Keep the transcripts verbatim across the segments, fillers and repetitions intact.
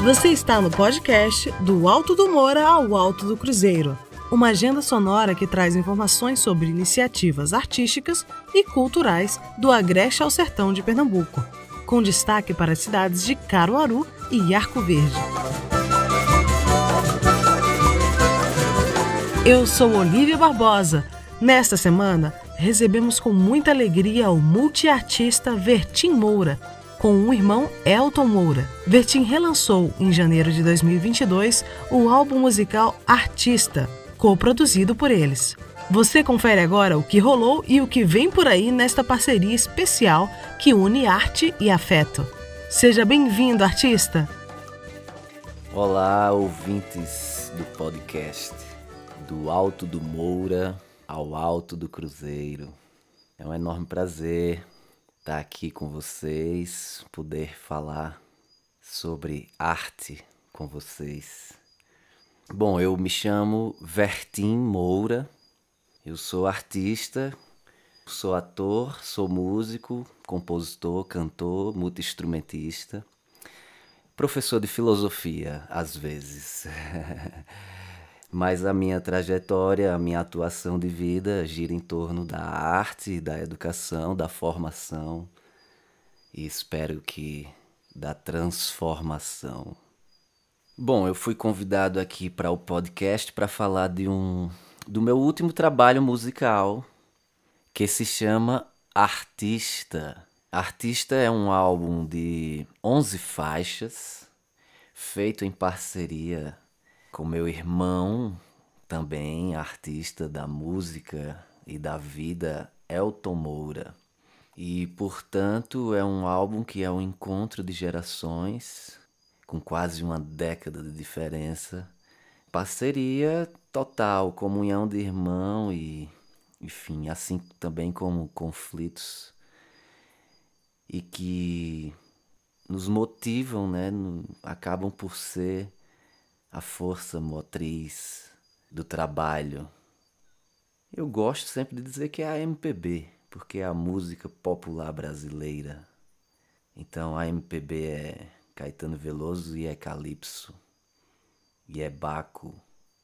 Você está no podcast Do Alto do Moura ao Alto do Cruzeiro, uma agenda sonora que traz informações sobre iniciativas artísticas e culturais do Agreste ao Sertão de Pernambuco, com destaque para as cidades de Caruaru e Arco Verde. Eu sou Olívia Barbosa. Nesta semana, recebemos com muita alegria o multiartista Vertim Moura, com o irmão Elton Moura. Vertim relançou, em janeiro de dois mil e vinte e dois, o álbum musical Artista, coproduzido por eles. Você confere agora o que rolou e o que vem por aí nesta parceria especial que une arte e afeto. Seja bem-vindo, artista! Olá, ouvintes do podcast Do Alto do Moura ao Alto do Cruzeiro. É um enorme prazer estar aqui com vocês, poder falar sobre arte com vocês. Bom, eu me chamo Vertim Moura, eu sou artista, sou ator, sou músico, compositor, cantor, multi-instrumentista, professor de filosofia, às vezes. Mas a minha trajetória, a minha atuação de vida gira em torno da arte, da educação, da formação e espero que da transformação. Bom, eu fui convidado aqui para o podcast para falar de um, do meu último trabalho musical, que se chama Artista. Artista é um álbum de onze faixas, feito em parceria com meu irmão, também artista da música e da vida, Elton Moura. E, portanto, é um álbum que é um encontro de gerações, com quase uma década de diferença. Parceria total, comunhão de irmão e, enfim, assim também como conflitos. E que nos motivam, né, no, acabam por ser a força motriz do trabalho. Eu gosto sempre de dizer que é a M P B, porque é a música popular brasileira. Então a M P B é Caetano Veloso e é Calypso, e é Baco,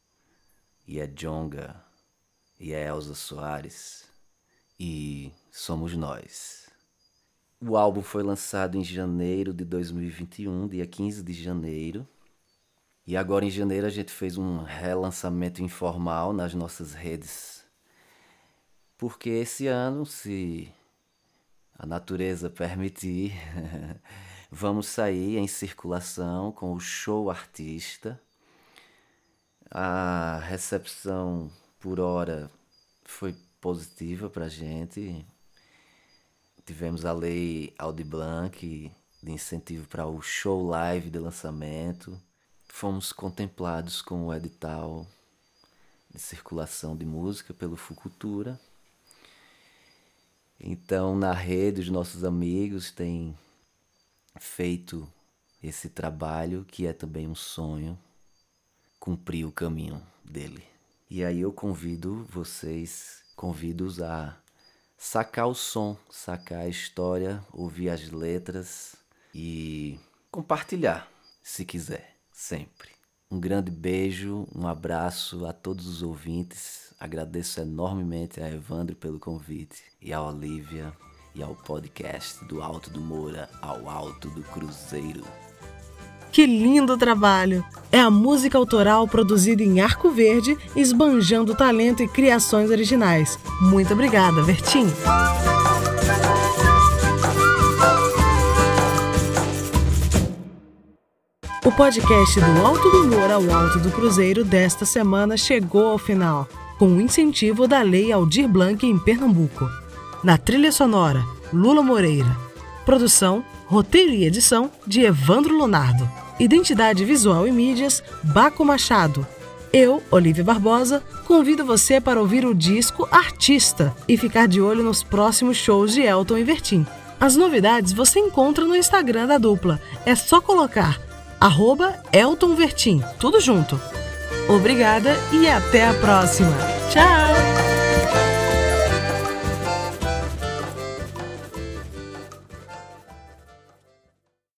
e é Djonga, e é Elza Soares, e somos nós. O álbum foi lançado em janeiro de dois mil e vinte e um, dia quinze de janeiro. E agora em janeiro a gente fez um relançamento informal nas nossas redes. Porque esse ano, se a natureza permitir, vamos sair em circulação com o show Artista. A recepção por hora foi positiva pra gente. Tivemos a lei Aldir Blanc de incentivo para o show live de lançamento. Fomos contemplados com o edital de circulação de música pelo Fucultura. Então, na rede, os nossos amigos têm feito esse trabalho, que é também um sonho, cumprir o caminho dele. E aí eu convido vocês, convido-os a sacar o som, sacar a história, ouvir as letras e compartilhar, se quiser. Sempre. Um grande beijo, um abraço a todos os ouvintes. Agradeço enormemente a Evandro pelo convite e a Olívia e ao podcast Do Alto do Moura ao Alto do Cruzeiro. Que lindo trabalho! É a música autoral produzida em Arco Verde, esbanjando talento e criações originais. Muito obrigada, Vertim! O podcast Do Alto do Moura ao Alto do Cruzeiro desta semana chegou ao final, com o incentivo da Lei Aldir Blanc em Pernambuco. Na trilha sonora, Lula Moreira. Produção, roteiro e edição de Evandro Leonardo. Identidade visual e mídias, Baco Machado. Eu, Olívia Barbosa, convido você para ouvir o disco Artista e ficar de olho nos próximos shows de Elton e Vertim. As novidades você encontra no Instagram da dupla. É só colocar arroba Elton Vertim, tudo junto. Obrigada e até a próxima. Tchau!